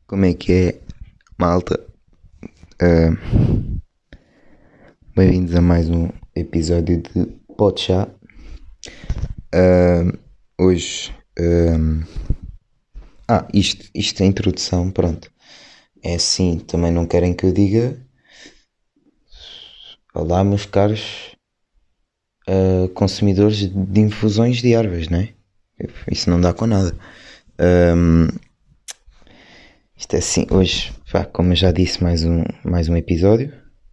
Como é que é, malta? Ah, Bem-vindos a mais um episódio de Pode Chá. Hoje, isto é a introdução, pronto. É assim, também não querem que eu diga olá, meus caros consumidores de infusões de ervas, não é? Isso não dá com nada. Isto é assim, hoje, como eu já disse, mais um episódio.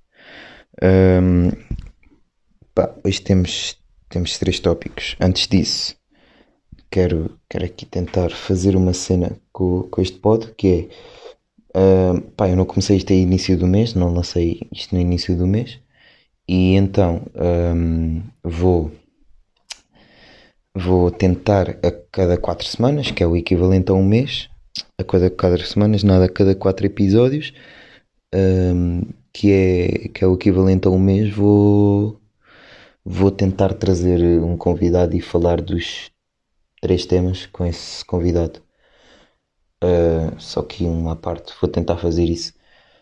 Hoje temos três tópicos. Antes disso, quero aqui tentar fazer uma cena com este pod, que é, eu não comecei isto a início do mês, não lancei isto no início do mês, e então vou tentar a cada 4 semanas, que é o equivalente a um mês, a cada 4 semanas, nada, a cada 4 episódios, que é o equivalente a um mês, vou tentar trazer um convidado e falar dos três temas com esse convidado. Só que uma à parte, vou tentar fazer isso.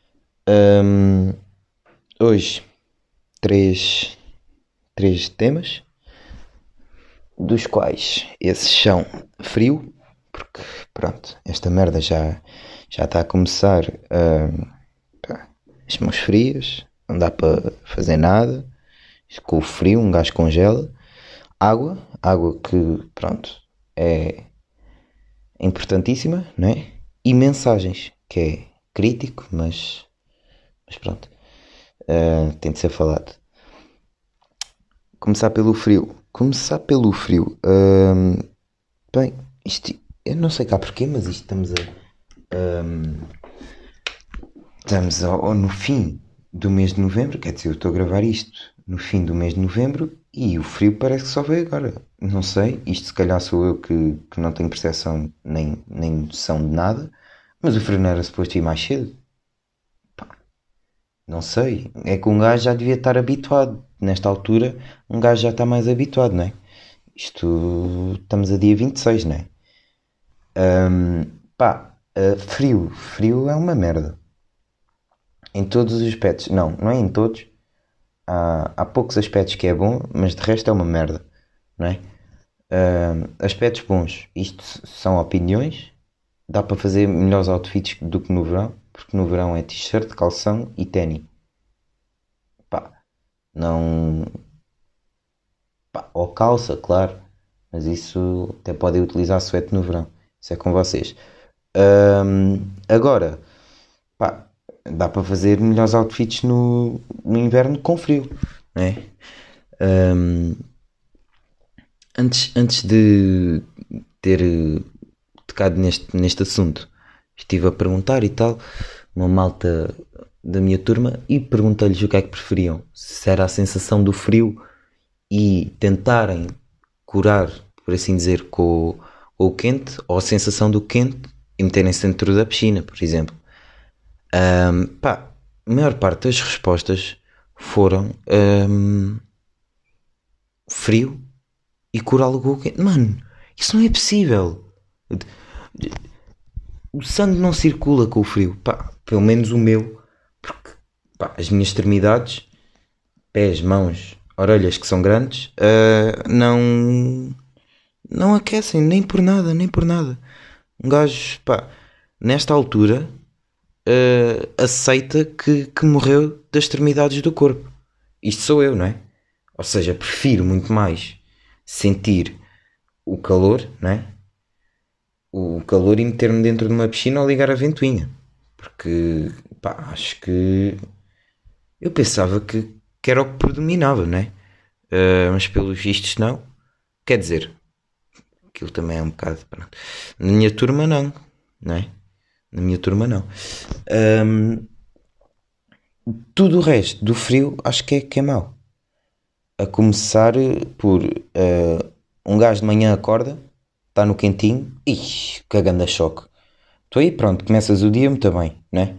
Hoje, três temas, dos quais esses são frio, porque pronto, esta merda já está a começar as mãos frias, não dá para fazer nada. Com o frio um gajo congela. Água que pronto é importantíssima, não é? E mensagens, que é crítico, mas pronto, tem de ser falado. Começar pelo frio. Bem, isto, eu não sei cá porquê, mas isto estamos no fim do mês de novembro, quer dizer, eu estou a gravar isto no fim do mês de novembro e o frio parece que só veio agora. Não sei, isto se calhar sou eu que não tenho percepção nem noção de nada, mas o frio não era suposto ir mais cedo. Não sei, é que um gajo já devia estar habituado. Nesta altura, um gajo já está mais habituado, não é? Isto, estamos a dia 26, não é? Frio é uma merda. Em todos os aspectos. Não é em todos. Há poucos aspectos que é bom, mas de resto é uma merda, não é? Aspectos bons, isto são opiniões. Dá para fazer melhores outfits do que no verão, porque no verão é t-shirt, calção e ténis. Não. Ou calça, claro, mas isso até podem utilizar suéte no verão. Isso é com vocês. Agora, dá para fazer melhores outfits no inverno com frio, não é? Antes de ter tocado neste assunto, estive a perguntar e tal, uma malta da minha turma, e perguntei-lhes o que é que preferiam. Se era a sensação do frio e tentarem curar, por assim dizer, com o quente, ou a sensação do quente e meterem-se dentro da piscina, por exemplo. A maior parte das respostas foram frio e curá-lo com o quente. Mano, isso não é possível. O sangue não circula com o frio. Pelo menos o meu. Porque as minhas extremidades, pés, mãos, orelhas, que são grandes, não aquecem, nem por nada. Um gajo, nesta altura, aceita que morreu das extremidades do corpo. Isto sou eu, não é? Ou seja, prefiro muito mais sentir o calor, não é? O calor e meter-me dentro de uma piscina ou ligar a ventoinha. Porque, acho que eu pensava que era o que predominava, não é? Mas pelos vistos não. Quer dizer, aquilo também é um bocado... Pronto. Na minha turma não é? Na minha turma não. Tudo o resto do frio acho que é mau. A começar por um gajo de manhã acorda, está no quentinho, cagando a choque. Tu aí pronto, começas o dia muito bem, né?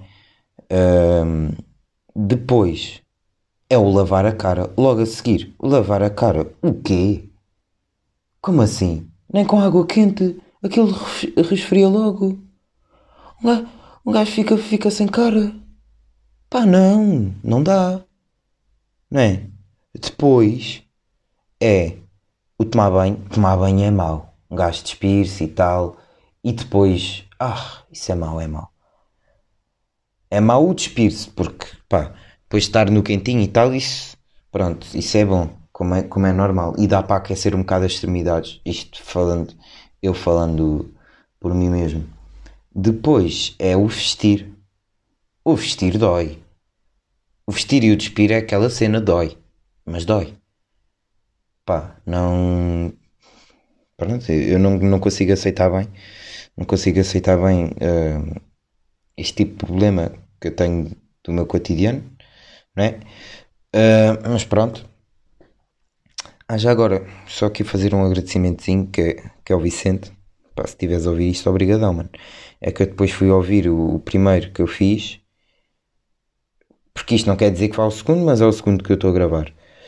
Depois é o lavar a cara. Logo a seguir, o lavar a cara. O quê? Como assim? Nem com água quente. Aquilo resfria logo. um gajo fica sem cara. Pá, não dá, não é? Depois é o tomar banho é mau. Um gajo despir-se e tal, e depois, isso é mau, é mau. É mau o despir-se, porque, pá, depois de estar no quentinho e tal, isso, pronto, isso é bom, como é normal. E dá para aquecer um bocado as extremidades, isto falando, eu falando por mim mesmo. Depois é o vestir. O vestir dói. O vestir e o despir é aquela cena, dói. Mas dói. Pá, não. Pronto, eu não consigo aceitar bem. Não consigo aceitar bem este tipo de problema que eu tenho do meu cotidiano, não é? Mas pronto. Já agora, só aqui fazer um agradecimentozinho que é o Vicente. Pá, se estiveres a ouvir isto, obrigadão, mano. É que eu depois fui ouvir o primeiro que eu fiz, porque isto não quer dizer que vá ao segundo, mas é o segundo que eu estou a gravar.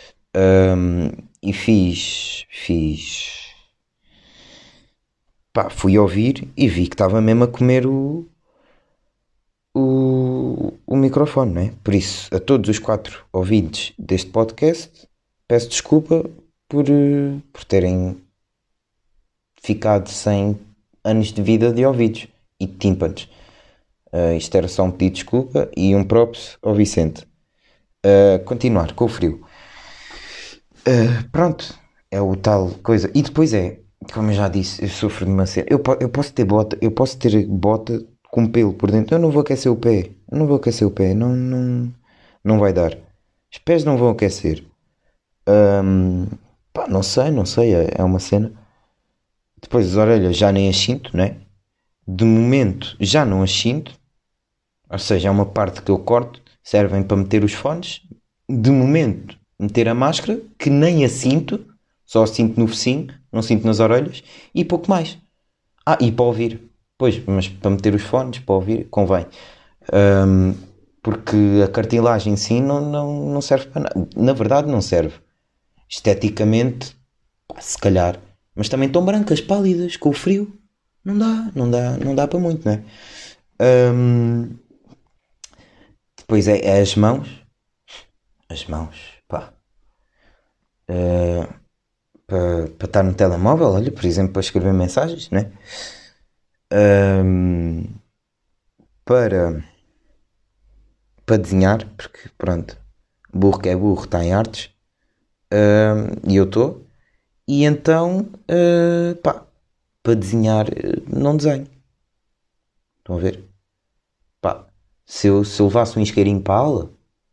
E pá, fui ouvir e vi que estava mesmo a comer o microfone, não é? Por isso, a todos os 4 ouvintes deste podcast, peço desculpa por terem ficado sem anos de vida de ouvidos e de tímpanos. Isto era só um pedido de desculpa e um props ao Vicente. Continuar com o frio. Pronto, é o tal coisa. E depois como eu já disse, eu sofro de uma cena. Eu posso ter bota com pelo por dentro. Eu não vou aquecer o pé. Eu não vou aquecer o pé. Não vai dar. Os pés não vão aquecer. Pá, não sei. É uma cena. Depois as orelhas já nem as sinto, né? De momento já não as sinto. Ou seja, é uma parte que eu corto. Servem para meter os fones. De momento, meter a máscara, que nem a sinto. Só a sinto no focinho, não sinto nas orelhas. E pouco mais. E para ouvir. Pois, mas para meter os fones, para ouvir, convém. Porque a cartilagem em si não serve para nada. Na verdade, não serve. Esteticamente, pá, se calhar. Mas também estão brancas, pálidas, com o frio. Não dá para muito, não é? Depois é as mãos. As mãos, pá. Para estar no telemóvel, olha, por exemplo, para escrever mensagens, né? Para desenhar, porque pronto, burro que é burro está em artes, e eu estou, e então, pá, para desenhar, não desenho. Estão a ver? Pá, se eu levasse um isqueirinho para a aula,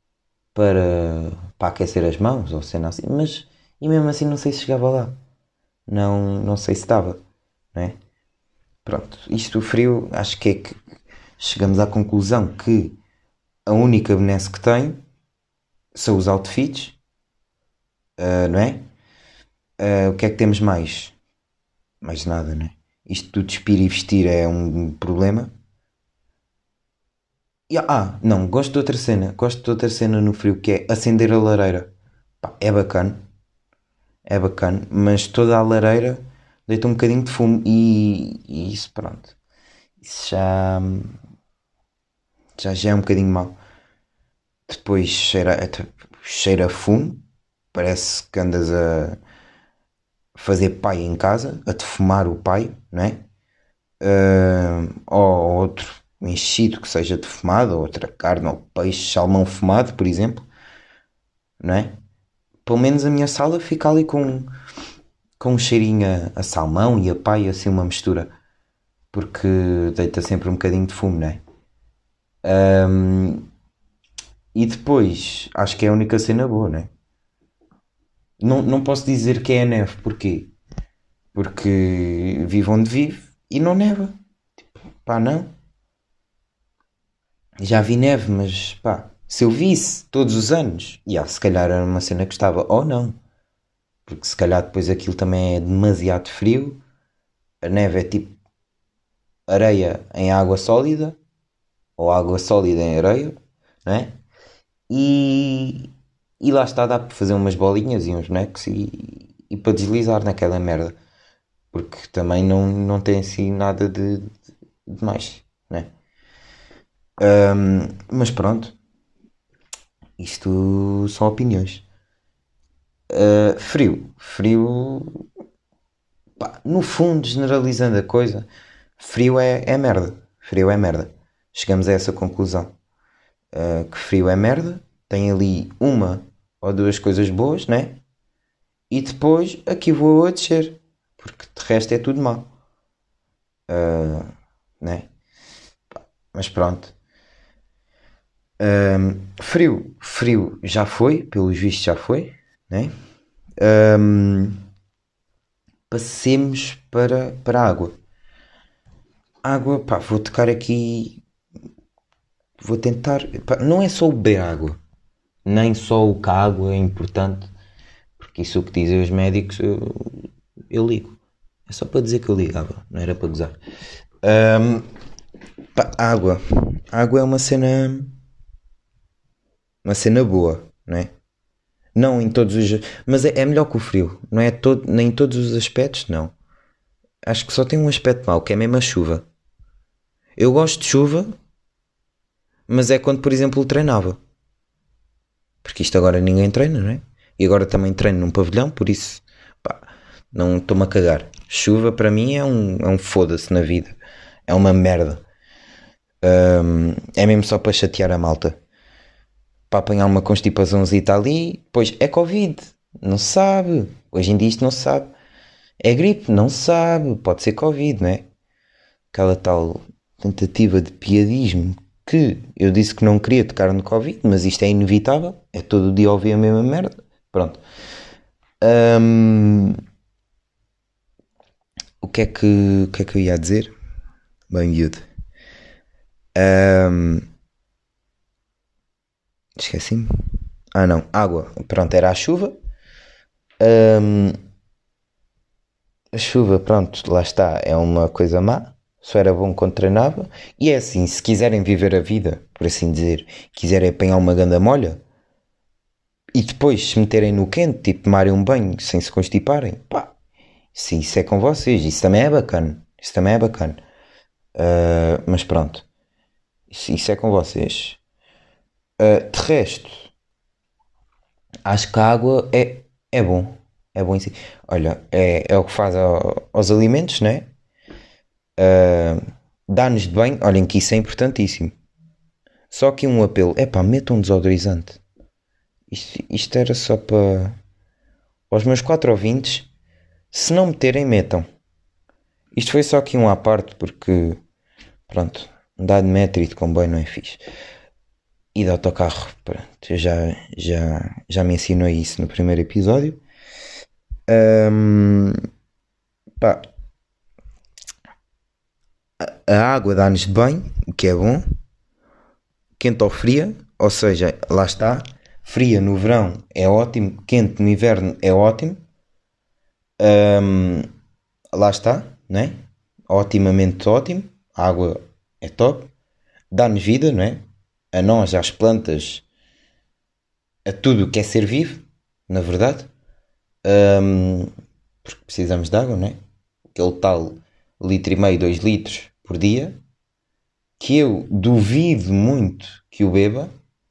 para aquecer as mãos, ou cena assim, mas, e mesmo assim não sei se chegava lá. Não sei se estava, né? Pronto, isto o frio, acho que é que chegamos à conclusão que a única benesse que tem são os outfits, não é? O que é que temos mais? Mais nada, não é? Isto do despir e vestir é um problema. Não, gosto de outra cena. Gosto de outra cena no frio que é acender a lareira. Pá, é bacana. É bacana, mas toda a lareira deita um bocadinho de fumo e isso, pronto. Isso já é um bocadinho mau. Depois cheira a fumo. Parece que andas a fazer pai em casa, a defumar o pai, não é? Ou outro enchido que seja defumado, ou outra carne, ou peixe, salmão fumado, por exemplo, não é? Pelo menos a minha sala fica ali com um cheirinho a salmão e a pai, assim uma mistura, porque deita sempre um bocadinho de fumo, não é? E depois, acho que é a única cena boa, não é? Não posso dizer que é a neve, porquê? Porque vivo onde vivo e não neva. Pá, não. Já vi neve, mas pá, se eu visse todos os anos, se calhar era uma cena que estava, ou não. Porque se calhar depois aquilo também é demasiado frio. A neve é tipo areia em água sólida, ou água sólida em areia, não é? E lá está, dá para fazer umas bolinhas e uns bonecos e para deslizar naquela merda. Porque também não tem assim nada de mais, né? Mas pronto, isto são opiniões. Frio, pá, no fundo, generalizando a coisa, frio é merda. Frio é merda. Chegamos a essa conclusão. Que frio é merda, tem ali uma ou duas coisas boas, né? E depois aqui vou a descer, porque de resto é tudo mau, né? Mas pronto. Frio já foi, pelos vistos já foi, né? Passemos para a água. Água, pá, vou tocar aqui, vou tentar, pá, não é só o beber água, nem só o que a água é importante, porque isso é o que dizem os médicos, eu ligo. É só para dizer que eu ligava, não era para gozar. Pá, água. Água é uma cena boa, não é? Não em todos os, mas é melhor que o frio, não é todo, nem em todos os aspectos, não. Acho que só tem um aspecto mau, que é mesmo a chuva. Eu gosto de chuva, mas é quando, por exemplo, treinava. Porque isto agora ninguém treina, não é? E agora também treino num pavilhão, por isso, pá, não estou-me a cagar. Chuva para mim é um foda-se na vida. É uma merda. É mesmo só para chatear a malta. Para apanhar uma constipaçãozita ali, pois é Covid, não se sabe. Hoje em dia isto não se sabe. É gripe, não se sabe. Pode ser Covid, não é? Aquela tal tentativa de piadismo que eu disse que não queria tocar no Covid, mas isto é inevitável. É todo dia ouvir a mesma merda. Pronto. O que é que eu ia dizer? Bem, miúdo. Esqueci-me. Ah, não. Água. Pronto, era a chuva. A chuva, pronto, lá está. É uma coisa má. Só era bom quando treinava. E é assim, se quiserem viver a vida, por assim dizer, quiserem apanhar uma ganda molha e depois se meterem no quente, tipo tomarem um banho sem se constiparem, pá, sim, isso é com vocês. Isso também é bacana. Isso também é bacana. Mas pronto. Isso é com vocês. De resto, acho que a água é bom. É bom em si. Olha, é o que faz aos alimentos, né? Dá-nos de bem. Olhem que isso é importantíssimo. Só que um apelo. É pá, metam um desodorizante. Isto era só para... Aos meus 4 ouvintes, se não meterem, metam. Isto foi só aqui um à parte porque... Pronto, andar de metro e de comboio não é fixe. E de autocarro, pronto, eu já me ensinou isso no primeiro episódio. Pá, a água dá-nos de bem, o que é bom. Quente ou fria, ou seja, lá está. Fria no verão é ótimo, quente no inverno é ótimo. Lá está, né? Otimamente ótimo. A água é top. Dá-nos vida, não é? A nós, às plantas, a tudo o que é ser vivo, na verdade. Porque precisamos de água, não é? Aquele tal litro e meio, 2 litros por dia, que eu duvido muito que o beba.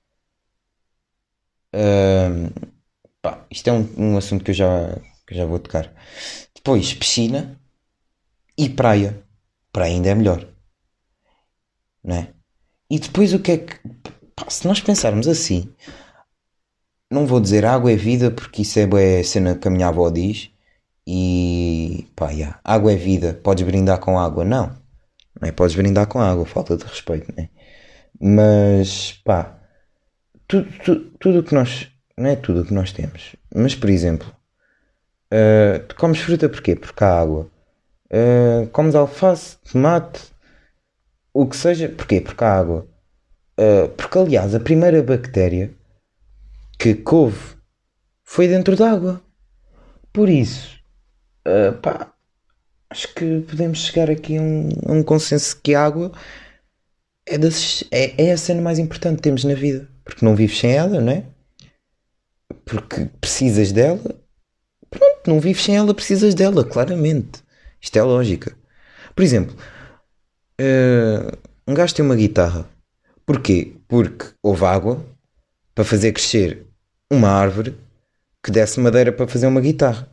Pá, isto é um assunto que eu já vou tocar. Depois, piscina e praia. Praia ainda é melhor, não é? E depois o que é que... Pá, se nós pensarmos assim, não vou dizer água é vida, porque isso é a cena que a minha avó diz. E pá, yeah, água é vida, podes brindar com água. Não é podes brindar com água, falta de respeito, não é? Mas pá, tudo o que nós, não é tudo o que nós temos, mas por exemplo, tu comes fruta porquê? Porque há água. Comes alface, tomate, o que seja, porquê? Porque há água. Porque aliás, a primeira bactéria que couve foi dentro da água. Por isso, pá, acho que podemos chegar aqui a um consenso que a água é a cena mais importante que temos na vida. Porque não vives sem ela, não é? Porque precisas dela. Pronto, não vives sem ela, precisas dela, claramente. Isto é lógica. Por exemplo, um gajo tem uma guitarra. Porquê? Porque houve água para fazer crescer uma árvore que desse madeira para fazer uma guitarra.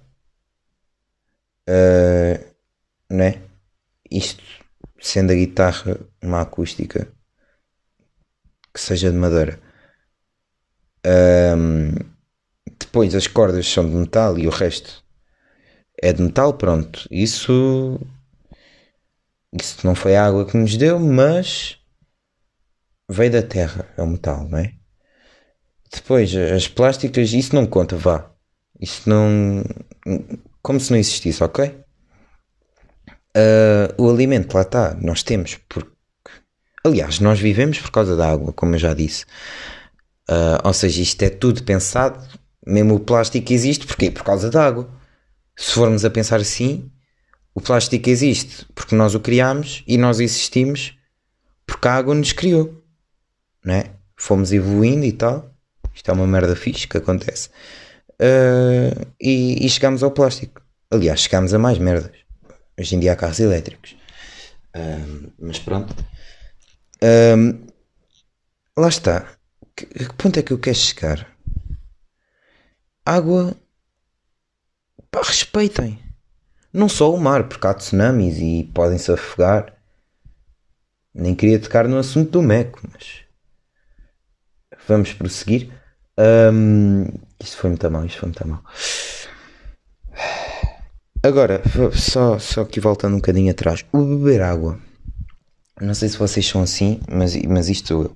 Não é? Isto sendo a guitarra uma acústica que seja de madeira. Depois as cordas são de metal e o resto é de metal, pronto. Isso não foi a água que nos deu, mas veio da terra, é o metal, não é? Depois as plásticas, isso não conta, vá. Isso não... Como se não existisse, ok? O alimento, lá está, nós temos, porque... Aliás, nós vivemos por causa da água, como eu já disse. Ou seja, isto é tudo pensado, mesmo o plástico existe, porquê? Por causa da água. Se formos a pensar assim, o plástico existe porque nós o criámos e nós existimos porque a água nos criou, não é? Fomos evoluindo e tal. Isto é uma merda fixe que acontece. E chegámos ao plástico. Aliás, chegámos a mais merdas. Hoje em dia há carros elétricos. Mas pronto. Lá está. Que ponto é que eu quero chegar? Água. Pá, respeitem. Não só o mar, porque há tsunamis e podem-se afogar. Nem queria tocar no assunto do Meco, mas vamos prosseguir. Isto foi muito mal, Agora, só aqui voltando um bocadinho atrás. O beber água. Não sei se vocês são assim, mas isto sou eu.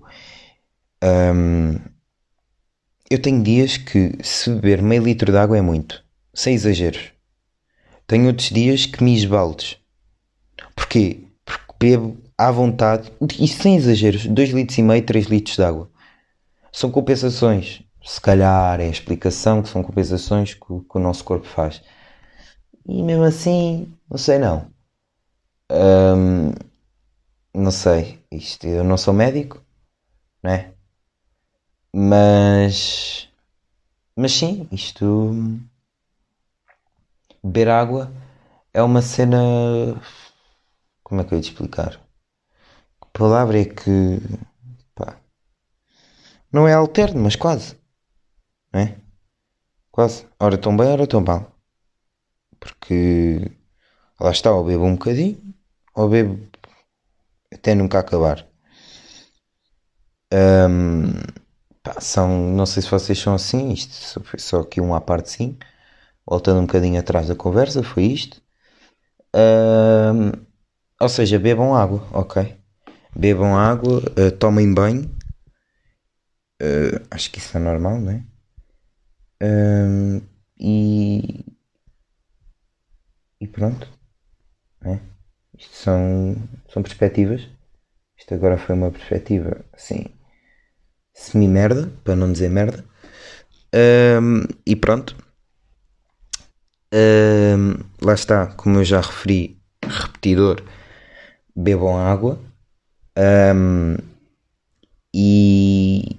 Eu tenho dias que se beber meio litro de água é muito. Sem exageros. Tenho outros dias que me esbaldes. Porquê? Porque bebo à vontade, e sem exageros, 2,5 litros, 3 litros de água. São compensações. Se calhar é a explicação que são compensações que o nosso corpo faz. E mesmo assim, não sei não. Não sei. Isto, eu não sou médico, né? Mas sim, isto... Beber água é uma cena... Como é que eu ia te explicar? Que palavra é que... Pá, não é alterno, mas quase. Não é? Quase. Ora tão bem, ora tão mal. Porque lá está, ou bebo um bocadinho, ou bebo até nunca acabar. Pá, não sei se vocês são assim, isto foi só aqui um à parte sim. Voltando um bocadinho atrás da conversa, foi isto. Ou seja, bebam água, ok? Bebam água, tomem banho. Acho que isso é normal, não é? E pronto, né? Isto são perspectivas. Isto agora foi uma perspectiva assim, semi-merda, para não dizer merda. E pronto. Lá está, como eu já referi, repetidor, bebam água. E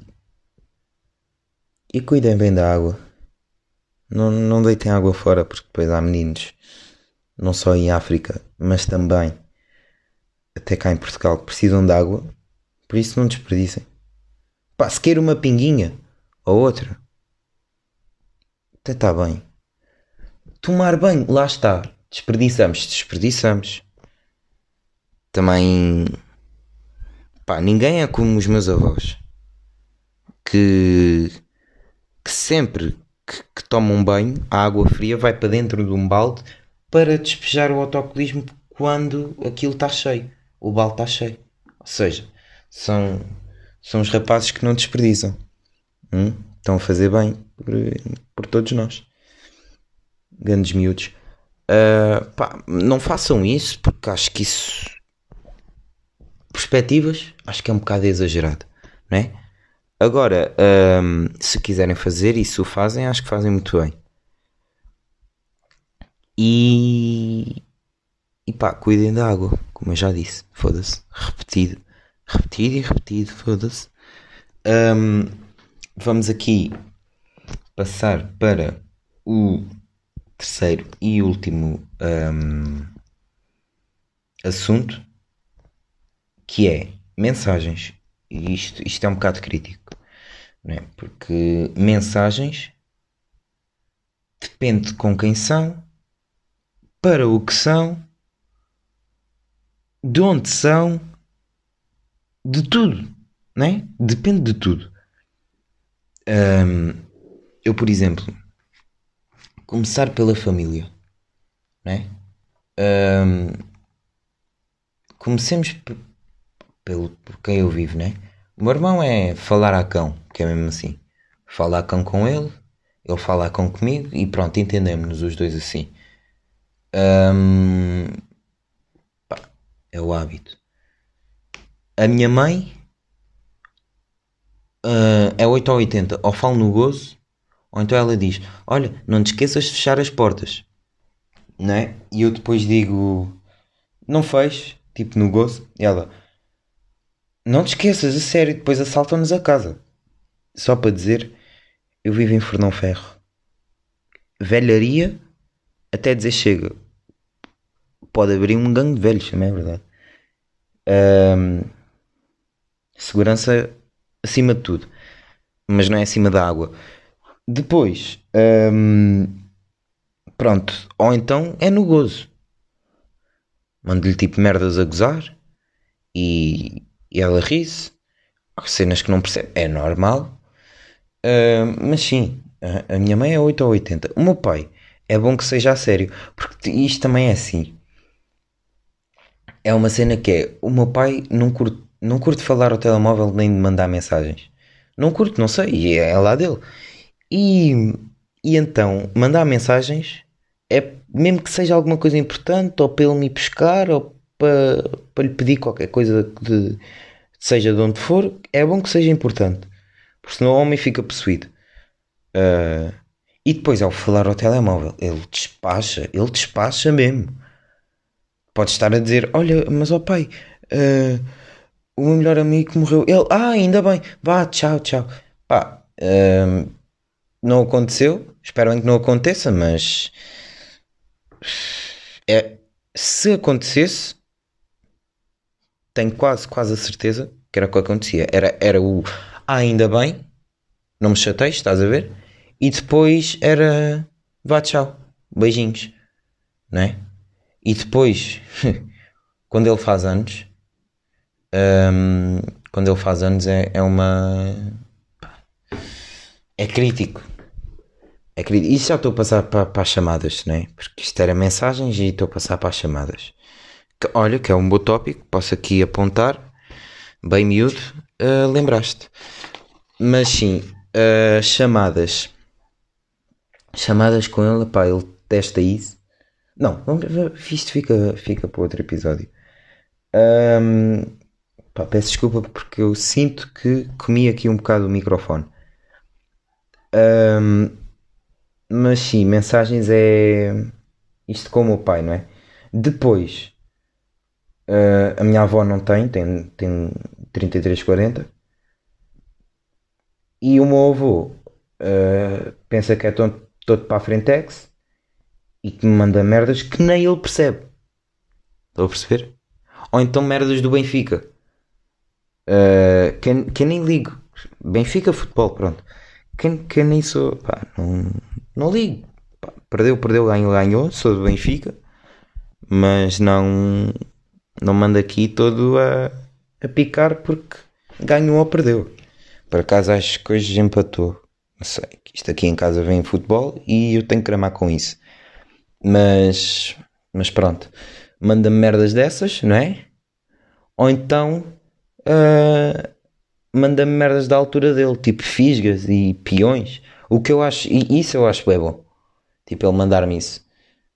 cuidem bem da água. Não deitem água fora, porque depois há meninos, não só em África, mas também até cá em Portugal, que precisam de água. Por isso não desperdicem. Pá, se queira uma pinguinha ou outra, até está bem. Tomar banho, lá está. Desperdiçamos. Também, pá, ninguém é como os meus avós, que sempre que tomam banho, a água fria vai para dentro de um balde para despejar o autocolismo quando aquilo está cheio. O balde está cheio. Ou seja, são os rapazes que não desperdiçam. Estão a fazer bem por todos nós. Grandes miúdos. Pá, não façam isso, porque acho que isso... Perspectivas, acho que é um bocado exagerado, não é? Agora, se quiserem fazer e se o fazem, acho que fazem muito bem. E pá, cuidem da água, como eu já disse. Foda-se. Repetido e repetido, foda-se. Vamos aqui passar para o terceiro e último assunto, que é mensagens. E isto é um bocado crítico, não é? Porque mensagens depende com quem são, para o que são, de onde são, de tudo, não é? Depende de tudo. Eu, por exemplo, começar pela família, não é? Comecemos por quem eu vivo, né? O meu irmão é falar a cão, que é mesmo assim. Falo a cão com ele, ele fala a cão comigo e pronto, entendemos-nos os dois assim. Pá, é o hábito. A minha mãe é 8 ou 80, ou falo no gozo, ou então ela diz: olha, não te esqueças de fechar as portas, não é? E eu depois digo: não fecho, tipo no gozo, e ela: não te esqueças, a sério, depois assaltam-nos a casa. Só para dizer, eu vivo em Fernão Ferro. Velharia, até dizer chega. Pode abrir um gangue de velhos, também é verdade. Segurança acima de tudo. Mas não é acima da água. Depois, pronto. Ou então é no gozo. Mando-lhe tipo merdas a gozar. E ela ri-se. Há cenas que não percebe. É normal. Mas sim, a minha mãe é 8 ou 80. O meu pai é bom que seja a sério, porque isto também é assim. É uma cena que é: o meu pai não curte falar ao telemóvel nem de mandar mensagens. Não curte, não sei, e é lá dele. E, e então, mandar mensagens é mesmo que seja alguma coisa importante, ou para ele me pescar, ou para lhe pedir qualquer coisa seja de onde for, é bom que seja importante, porque senão o homem fica possuído. E depois, ao falar ao telemóvel, ele despacha mesmo. Pode estar a dizer: olha, mas ó pai, o meu melhor amigo morreu. Ele: ainda bem, vá, tchau, tchau. Pá, não aconteceu, espero bem que não aconteça, mas se acontecesse, tenho quase, quase a certeza que era o que acontecia. Era o: ainda bem, não me chateis, estás a ver? E depois era: vá, tchau, beijinhos, não é? E depois, quando ele faz anos, é uma. É crítico. É crítico. Isso já estou a passar para as chamadas, né? Porque isto era mensagens e estou a passar para as chamadas. Olha, que é um bom tópico, posso aqui apontar, bem miúdo, lembraste. Mas sim, chamadas. Chamadas com ele, pá, ele testa isso. Não, isto fica para outro episódio. Pá, peço desculpa porque eu sinto que comi aqui um bocado o microfone. Mas sim, mensagens é isto com o meu pai, não é? Depois, a minha avó não tem 33, 40. E o meu avô pensa que é todo para a frentex e que me manda merdas que nem ele percebe. Estou a perceber? Ou então merdas do Benfica. Que eu nem ligo. Benfica futebol, pronto. Que eu nem sou. Pá, não ligo. Pá, perdeu, ganhou. Sou do Benfica. Mas não mando aqui todo a picar porque ganhou ou perdeu. Por acaso acho que hoje empatou. Não sei. Isto aqui em casa vem futebol e eu tenho que cramar com isso. Mas pronto. Manda-me merdas dessas, não é? Ou então manda-me merdas da altura dele, tipo fisgas e peões. O que eu acho, e isso eu acho bem bom. Tipo, ele mandar-me isso.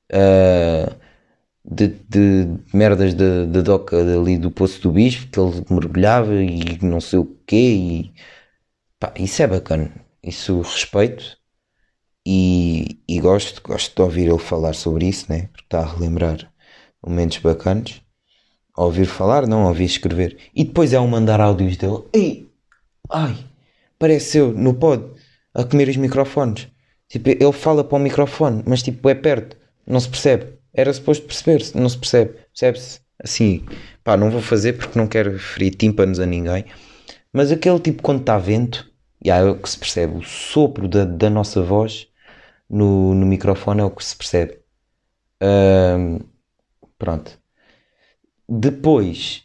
De merdas de doca ali do Poço do Bispo, que ele mergulhava e não sei o quê. E, pá, isso é bacana. Isso respeito. E gosto de ouvir ele falar sobre isso, né? Porque está a relembrar momentos bacanas. Ouvir falar, não ouvir escrever. E depois é um mandar áudios dele. Ei, ai, parece eu no pod a comer os microfones. Tipo, ele fala para o microfone, mas tipo é perto, não se percebe. Era suposto perceber-se, não se percebe. Percebe-se assim. Pá, não vou fazer porque não quero ferir tímpanos a ninguém. Mas aquele tipo quando está vento, é o que se percebe. O sopro da nossa voz no microfone é o que se percebe. Ahm, Pronto. Depois,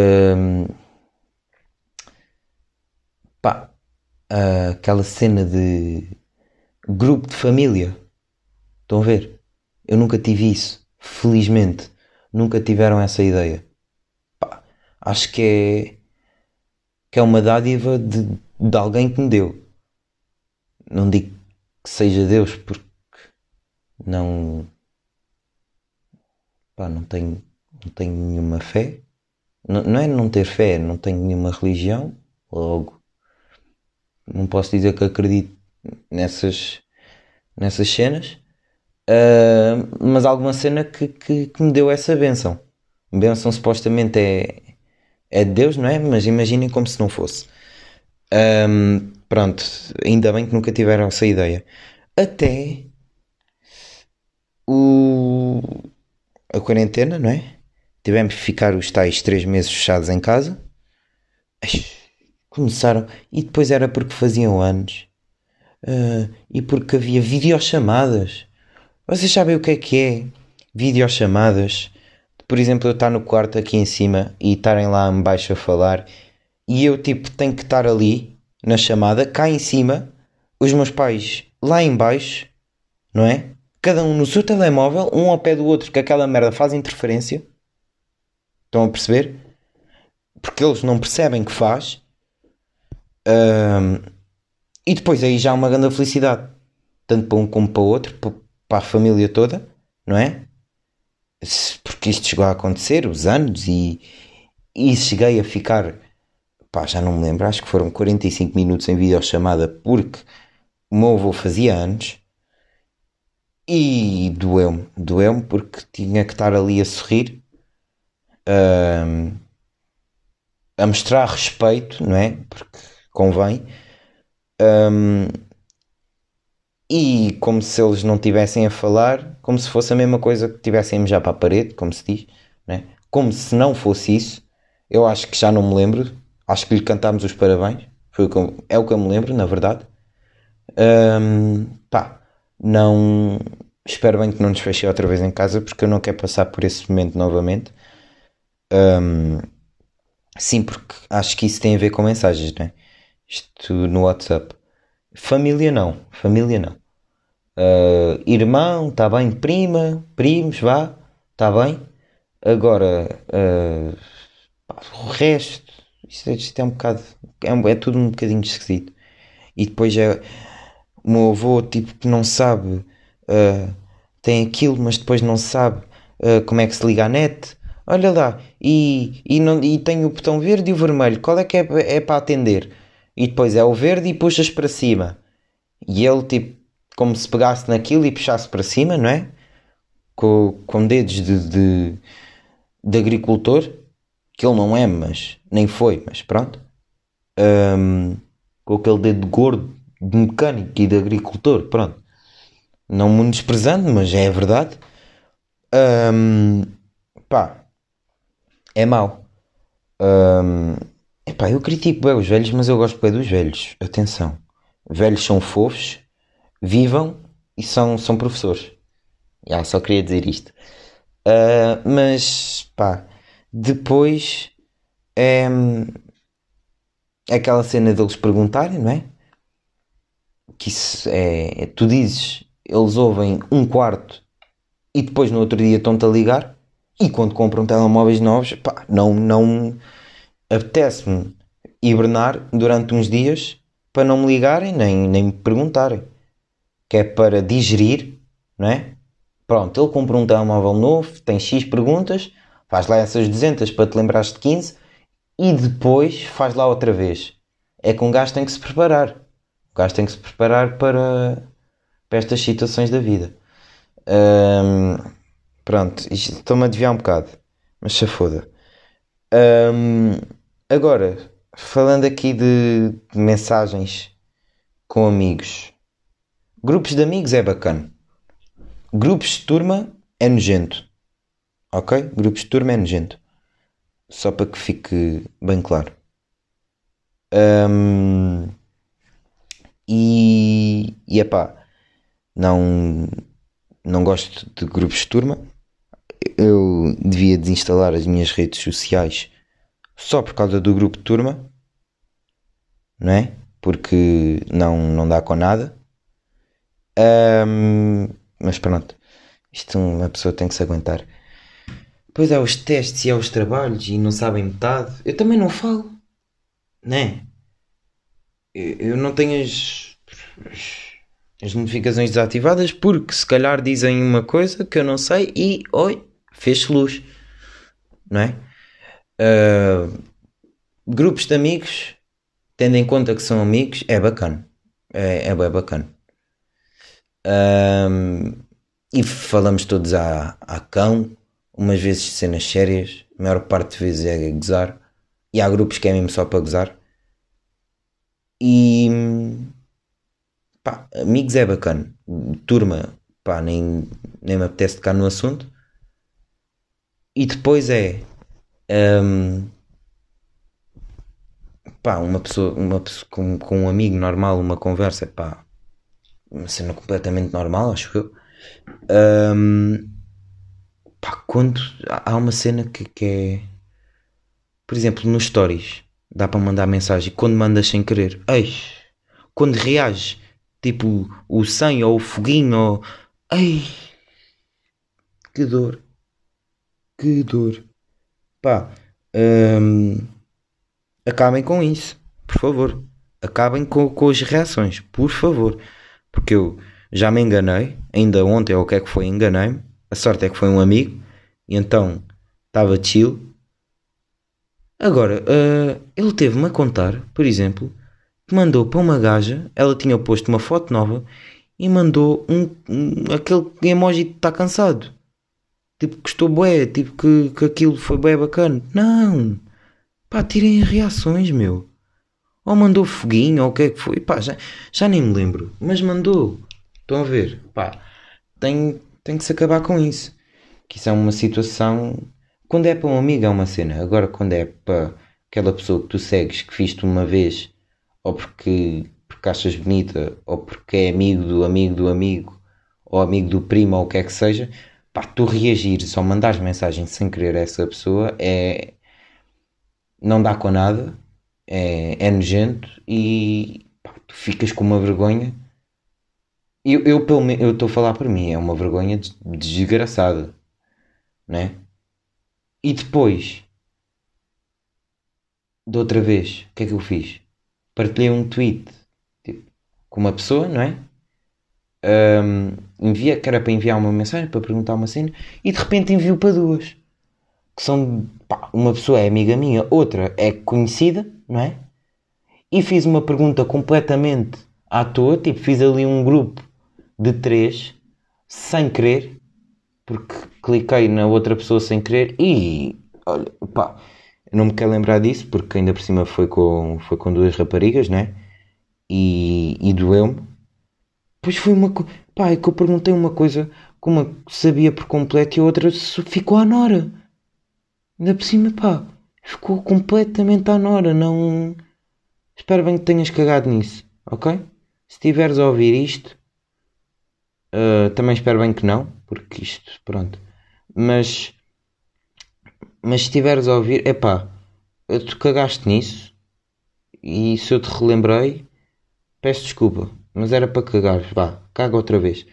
pá, aquela cena de grupo de família. Estão a ver? Eu nunca tive isso. Felizmente, nunca tiveram essa ideia. Pá, acho que é uma dádiva de alguém que me deu. Não digo que seja Deus, porque não, pá, não tenho nenhuma fé. Não, não é não ter fé, não tenho nenhuma religião. Logo, não posso dizer que acredito nessas cenas. Mas alguma cena que me deu essa bênção. Bênção supostamente é de Deus, não é? Mas imaginem como se não fosse. Pronto, ainda bem que nunca tiveram essa ideia. Até o, a quarentena, não é? Tivemos que ficar os tais 3 meses fechados em casa. Ai, começaram. E depois era porque faziam anos. E porque havia videochamadas. Vocês sabem o que é videochamadas? Por exemplo, eu estar no quarto aqui em cima e estarem lá em baixo a falar e eu tipo tenho que estar ali na chamada, cá em cima, os meus pais lá em baixo, não é? Cada um no seu telemóvel, um ao pé do outro, que aquela merda faz interferência. Estão a perceber? Porque eles não percebem que faz. E depois aí já há uma grande felicidade. Tanto para um como para o outro, para a família toda, não é? Porque isto chegou a acontecer, os anos, e cheguei a ficar, pá, já não me lembro, acho que foram 45 minutos em videochamada porque o meu avô fazia anos e doeu-me porque tinha que estar ali a sorrir, a mostrar respeito, não é? Porque convém, e como se eles não tivessem a falar, como se fosse a mesma coisa que tivessem a mejar para a parede, como se diz, não é? Como se não fosse isso. Eu acho que já não me lembro, acho que lhe cantámos os parabéns, é o que eu me lembro, na verdade. Pá, não. Espero bem que não nos feche outra vez em casa porque eu não quero passar por esse momento novamente. Sim, porque acho que isso tem a ver com mensagens, não é? Isto no WhatsApp. Família não, família não. Irmão, está bem, prima, primos, vá, está bem. Agora, pá, o resto, isto é um bocado, é tudo um bocadinho esquisito. E depois é o meu avô, tipo, que não sabe, tem aquilo, mas depois não sabe como é que se liga à net. Olha lá, e tem o botão verde e o vermelho, qual é que é para atender? E depois é o verde e puxas para cima. E ele, tipo, como se pegasse naquilo e puxasse para cima, não é? Com dedos de agricultor, que ele não é, mas nem foi, mas pronto. Com aquele dedo gordo de mecânico e de agricultor, pronto. Não me desprezando, mas é a verdade. Pá, é mau. Epá, eu critico bem os velhos, mas eu gosto bem dos velhos. Atenção. Velhos são fofos, vivam e são professores. Só queria dizer isto. Mas, pá, depois é aquela cena deles perguntarem, não é? Que isso tu dizes, eles ouvem um quarto e depois no outro dia estão-te a ligar. E quando compram telemóveis novos, pá, não apetece-me hibernar durante uns dias para não me ligarem nem me perguntarem. Que é para digerir, não é? Pronto, ele comprou um telemóvel novo, tem X perguntas, faz lá essas 200 para te lembrares de 15 e depois faz lá outra vez. É que um gajo tem que se preparar. O gajo tem que se preparar para estas situações da vida. Pronto, estou-me a desviar um bocado, mas se foda. Agora, falando aqui de mensagens com amigos. Grupos de amigos é bacana. Grupos de turma é nojento. Ok? Grupos de turma é nojento. Só para que fique bem claro. Ahm, e epá, não, não gosto de grupos de turma. Eu devia desinstalar as minhas redes sociais só por causa do grupo de turma, não é? Porque não dá com nada. Mas pronto, isto uma pessoa tem que se aguentar. Pois é, os testes e é os trabalhos e não sabem metade. Eu também não falo, né? Eu não tenho as notificações desativadas porque se calhar dizem uma coisa que eu não sei e oi, fez-se luz, não é? Grupos de amigos, tendo em conta que são amigos, é bacana. É bem bacana. E falamos todos à cão, umas vezes cenas sérias, a maior parte de vezes é gozar. E há grupos que é mesmo só para gozar. E pá, amigos é bacana. Turma, pá, nem me apetece tocar no assunto. E depois pá, uma pessoa com um amigo normal, uma conversa, pá, uma cena completamente normal, acho eu. Pá, quando há uma cena que é, por exemplo, nos stories, dá para mandar mensagem quando mandas sem querer, eis, quando reages, tipo o 100 ou o foguinho, ou ei, que dor, que dor, pá, hum, acabem com isso, por favor, acabem com as reações, por favor, porque eu já me enganei, ainda ontem ou o que é que foi, enganei-me, a sorte é que foi um amigo, e então estava chill. Agora, ele teve-me a contar, por exemplo, que mandou para uma gaja, ela tinha posto uma foto nova e mandou aquele emoji de estar cansado. Tipo, gostou bué, tipo que aquilo foi bué bacana. Não! Pá, tirem as reações, meu. Ou mandou foguinho, ou o que é que foi. Pá, já nem me lembro. Mas mandou. Estão a ver? Pá, tem que se acabar com isso. Que isso é uma situação. Quando é para um amigo é uma cena. Agora, quando é para aquela pessoa que tu segues, que viste uma vez, ou porque achas bonita, ou porque é amigo do amigo do amigo, ou amigo do primo, ou o que é que seja, pá, tu reagires ou mandares mensagem sem querer a essa pessoa não dá com nada, é nojento e pá, tu ficas com uma vergonha. Eu estou a falar por mim, é uma vergonha desgraçada, né? E depois, de outra vez, o que é que eu fiz? Partilhei um tweet tipo, com uma pessoa, não é? Que era para enviar uma mensagem, para perguntar uma cena, e de repente envio para duas. Que são, pá, uma pessoa é amiga minha, outra é conhecida, não é? E fiz uma pergunta completamente à toa, tipo, fiz ali um grupo de três, sem querer, porque cliquei na outra pessoa sem querer e, olha, pá, eu não me quero lembrar disso, porque ainda por cima foi com duas raparigas, né? E doeu-me. Pois foi pá, é que eu perguntei uma coisa que uma sabia por completo e a outra ficou à nora. Ainda por cima, pá, ficou completamente à nora. Não. Espero bem que tenhas cagado nisso, ok? Se tiveres a ouvir isto, também espero bem que não, porque isto, pronto. Mas, mas se estiveres a ouvir, epá, tu cagaste nisso e se eu te relembrei, peço desculpa, mas era para cagar, vá, caga outra vez.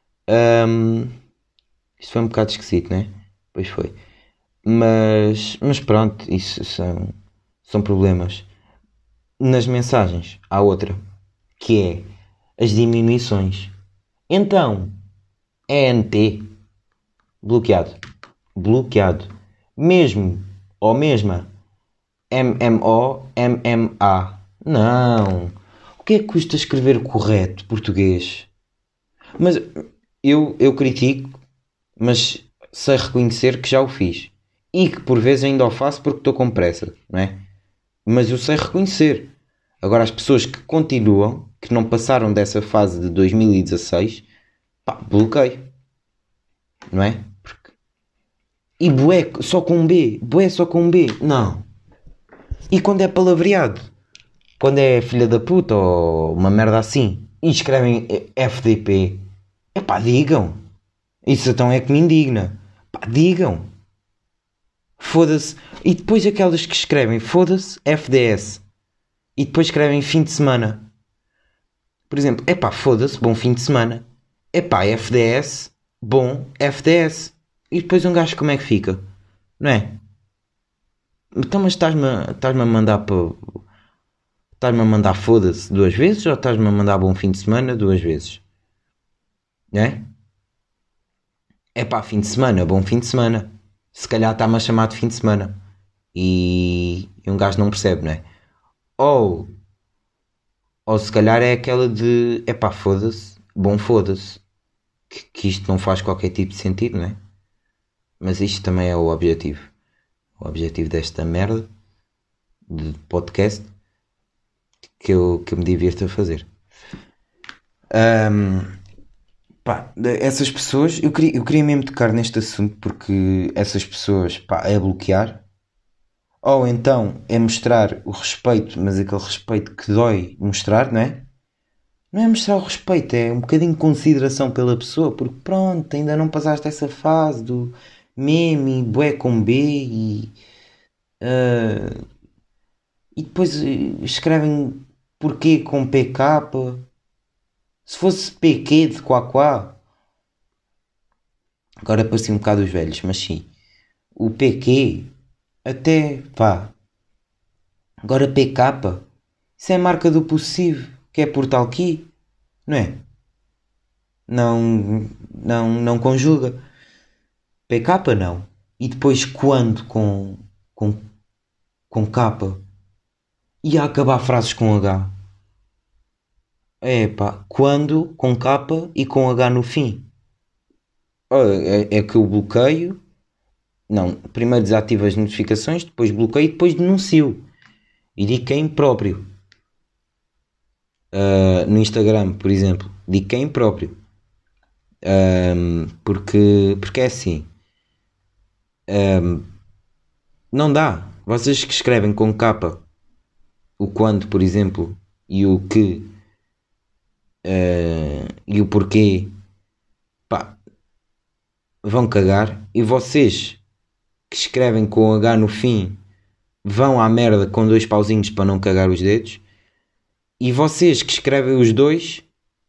Isto foi um bocado esquisito, né? Pois foi. Mas pronto, isso são problemas. Nas mensagens, há outra, que é as diminuições. Então, ENT, bloqueado. Bloqueado. Mesmo, ou mesma, MMO, MMA. Não. O que é que custa escrever correto português? Mas eu critico, mas sei reconhecer que já o fiz. E que por vezes ainda o faço porque estou com pressa, não é? Mas eu sei reconhecer. Agora as pessoas que continuam, que não passaram dessa fase de 2016, pá, bloqueio. Não é? E bué só com um B. Bué só com um B. Não. E quando é palavreado? quando é filha da puta ou uma merda assim e escrevem FDP, epá, digam. Isso então é que me indigna. Pá, digam. Foda-se. E depois aquelas que escrevem foda-se FDS e depois escrevem fim de semana. Por exemplo, epá, foda-se, bom fim de semana. Epá, FDS, bom FDS. E depois um gajo como é que fica? Não é? Então, mas estás-me a mandar para. Estás-me a mandar foda-se duas vezes ou estás-me a mandar bom fim de semana duas vezes? Não é? É pá, fim de semana, bom fim de semana. Se calhar está-me a chamar de fim de semana. E um gajo não percebe, não é? Ou, ou se calhar é aquela de é pá, foda-se, bom foda-se. Que isto não faz qualquer tipo de sentido, não é? Mas isto também é o objetivo. O objetivo desta merda de podcast que eu me divirto a fazer. Pá, essas pessoas, eu queria mesmo tocar neste assunto porque essas pessoas, pá, é bloquear ou então é mostrar o respeito, mas aquele respeito que dói mostrar, não é? Não é mostrar o respeito, é um bocadinho de consideração pela pessoa, porque pronto, ainda não passaste essa fase do meme, bué com B e depois escrevem porquê com PK. Se fosse PQ de Quaquá, agora parecia um bocado os velhos, mas sim, o PQ até pá. Agora PK, isso é marca do possível, que é Portal Key, não é? Não conjuga. PK não. E depois quando com, com K e a acabar frases com H. É pá, quando com K e com H no fim. É que eu bloqueio. Não, primeiro desativo as notificações, depois bloqueio e depois denuncio. E digo quem próprio. No Instagram, por exemplo, digo quem próprio. Porque é assim. Não dá. Vocês que escrevem com capa o quando, por exemplo, e o que e o porquê, pá, vão cagar. E vocês que escrevem com H no fim vão à merda com dois pauzinhos para não cagar os dedos. E vocês que escrevem os dois,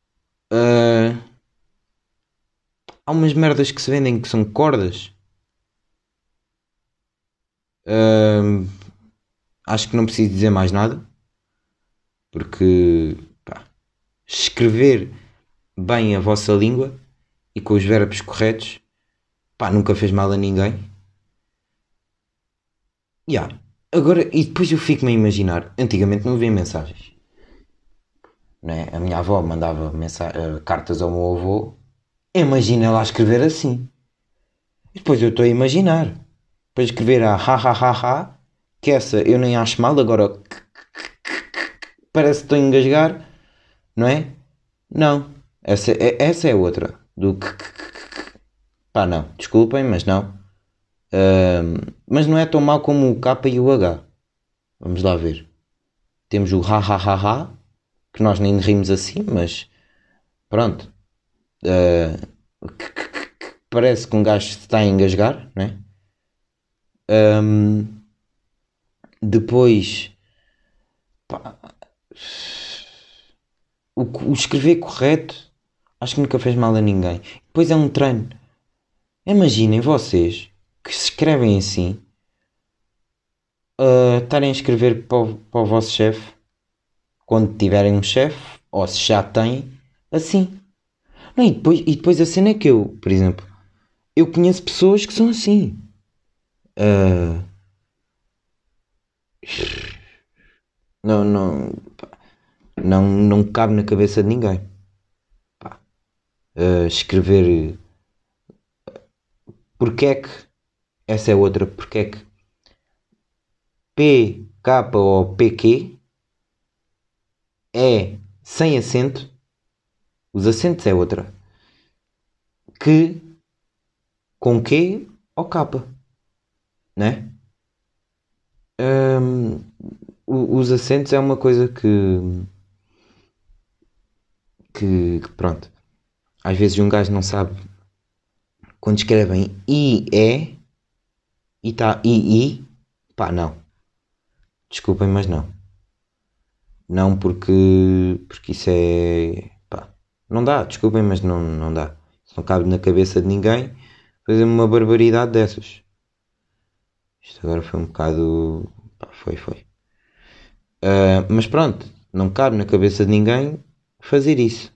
há umas merdas que se vendem que são cordas. Acho que não preciso dizer mais nada. Porque pá, escrever bem a vossa língua e com os verbos corretos, pá, nunca fez mal a ninguém. Yeah. Agora, e depois eu fico-me a imaginar, antigamente não havia mensagens, né? A minha avó mandava cartas ao meu avô, imagina lá escrever assim. E depois eu estou a imaginar, para escrever a ha ha ha ha, que essa eu nem acho mal, agora parece que estou a engasgar, não é? Não, essa é outra, do que pá, não, desculpem, mas não. Mas não é tão mau como o K e o H. Vamos lá ver. Temos o ha ha ha ha, que nós nem rimos assim, mas pronto. Parece que um gajo se está a engasgar, né? Depois, pá, o escrever correto, acho que nunca fez mal a ninguém. Depois é um treino. Imaginem vocês que se escrevem assim, estarem a escrever para o vosso chefe quando tiverem um chefe, ou se já têm, assim. Não, e depois a cena é que eu, por exemplo, eu conheço pessoas que são assim. Não, não, não cabe na cabeça de ninguém. Escrever porque é que, essa é outra, porque é que P, K ou PQ é sem acento, os acentos é outra, que com Q ou K, né? os acentos é uma coisa que pronto, às vezes um gajo não sabe quando escrevem e está pá, não, desculpem, mas não porque isso é, pá, não dá, desculpem, mas não dá, isso não cabe na cabeça de ninguém fazer uma barbaridade dessas. Isto agora foi um bocado, pá, foi. Mas pronto, não cabe na cabeça de ninguém fazer isso.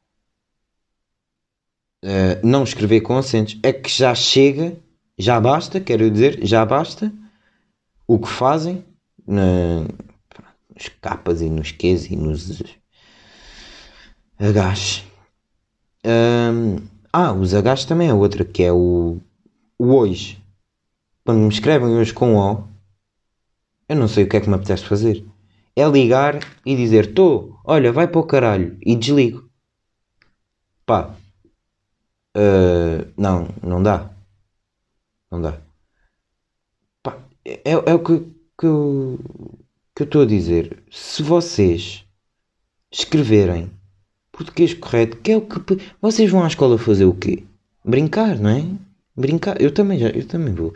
Não escrever com acentos. É que já chega, já basta, quero dizer, já basta o que fazem nos capas e nos Qs e nos Hs. Os Hs também é outra, que é o hoje. Quando me escrevem hoje com O, eu não sei o que é que me apetece fazer. É ligar e dizer, olha, vai para o caralho, e desligo. Pá, não dá. Não dá. Pá, é o que eu estou a dizer. Se vocês escreverem português correto, que é o que vocês vão à escola fazer o quê? Brincar, não é? Brincar. Eu também vou.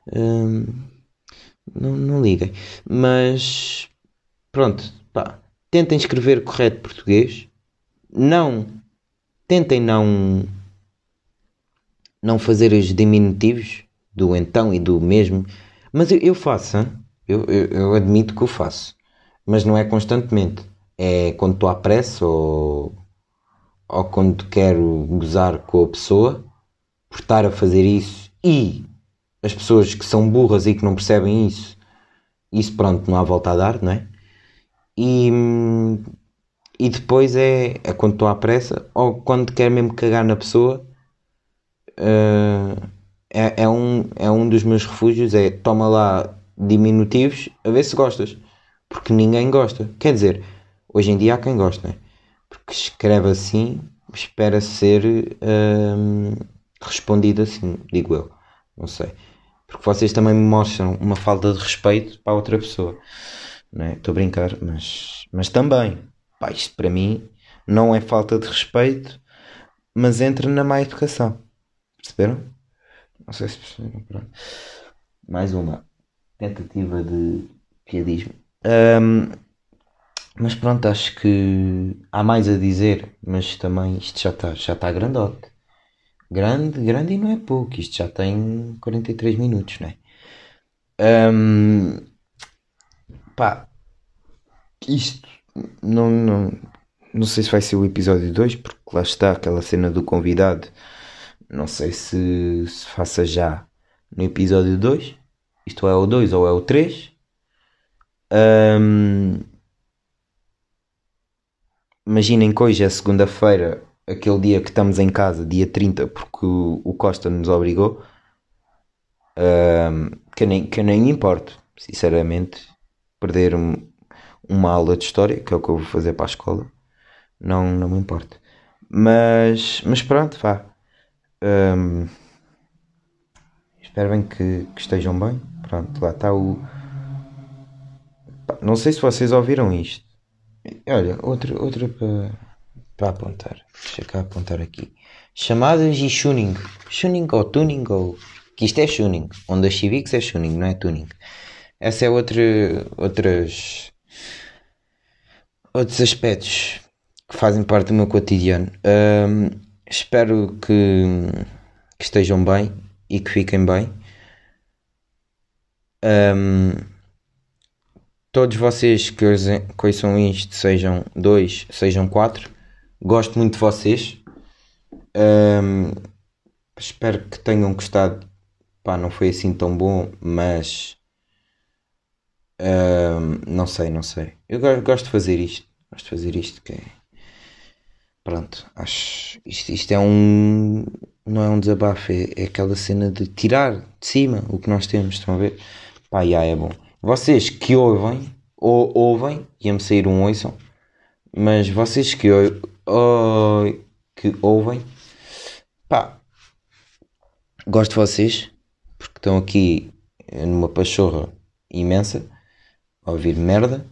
Não liguem. Mas pronto, pá, tentem escrever correto português. Tentem não fazer os diminutivos do então e do mesmo. Mas eu faço, hein? Eu admito que eu faço. Mas não é constantemente. É quando estou à pressa ou quando quero gozar com a pessoa por estar a fazer isso e as pessoas que são burras e que não percebem isso pronto, não há volta a dar, não é? E depois é quando estou à pressa ou quando quero mesmo cagar na pessoa. É um dos meus refúgios, toma lá diminutivos a ver se gostas, porque ninguém gosta, quer dizer, hoje em dia há quem goste, né? Porque escreve assim, espera ser respondido assim, digo eu, não sei, porque vocês também me mostram uma falta de respeito para a outra pessoa, não é? Estou a brincar, mas também, pá, isto para mim não é falta de respeito, mas entra na má educação, perceberam? Não sei se perceberam, pronto. Mais uma tentativa de piadismo. Mas pronto, acho que há mais a dizer, mas também isto já está grandote. Grande e não é pouco, isto já tem 43 minutos, não é? Pá, isto não sei se vai ser o episódio 2 porque lá está aquela cena do convidado. Não sei se faça já no episódio 2. Isto é o 2 ou é o 3. Imaginem que hoje é segunda-feira, aquele dia que estamos em casa, dia 30 porque o Costa nos obrigou. Que eu nem me importo, sinceramente, perder uma aula de história, que é o que eu vou fazer para a escola. Não me importo. Mas pronto, vá. Espero bem que estejam bem. Pronto, lá está o. Pá, não sei se vocês ouviram isto. Olha, outra para apontar. Deixa cá apontar aqui. Chamadas e tuning. Tuning ou tuning ou. Que isto é tuning. Ondas Civics é tuning, não é tuning. Essa é outros aspectos que fazem parte do meu cotidiano. Espero que estejam bem e que fiquem bem. Todos vocês que ouçam isto, sejam 2, sejam 4, gosto muito de vocês. Espero que tenham gostado. Pá, não foi assim tão bom, mas não sei. Eu gosto de fazer isto. Gosto de fazer isto que é. Pronto, acho. Isto é um. Não é um desabafo, é aquela cena de tirar de cima o que nós temos. Estão a ver? Pá, é bom. Vocês que ouvem, ia-me sair um ouçam, mas vocês que ouvem, pá, gosto de vocês, porque estão aqui numa pachorra imensa. a ouvir merda.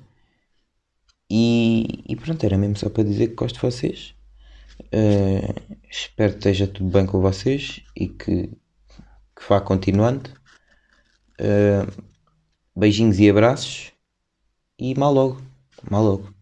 E pronto, era mesmo só para dizer que gosto de vocês. Espero que esteja tudo bem com vocês e que vá continuando. Beijinhos e abraços. E mal logo. Mal logo.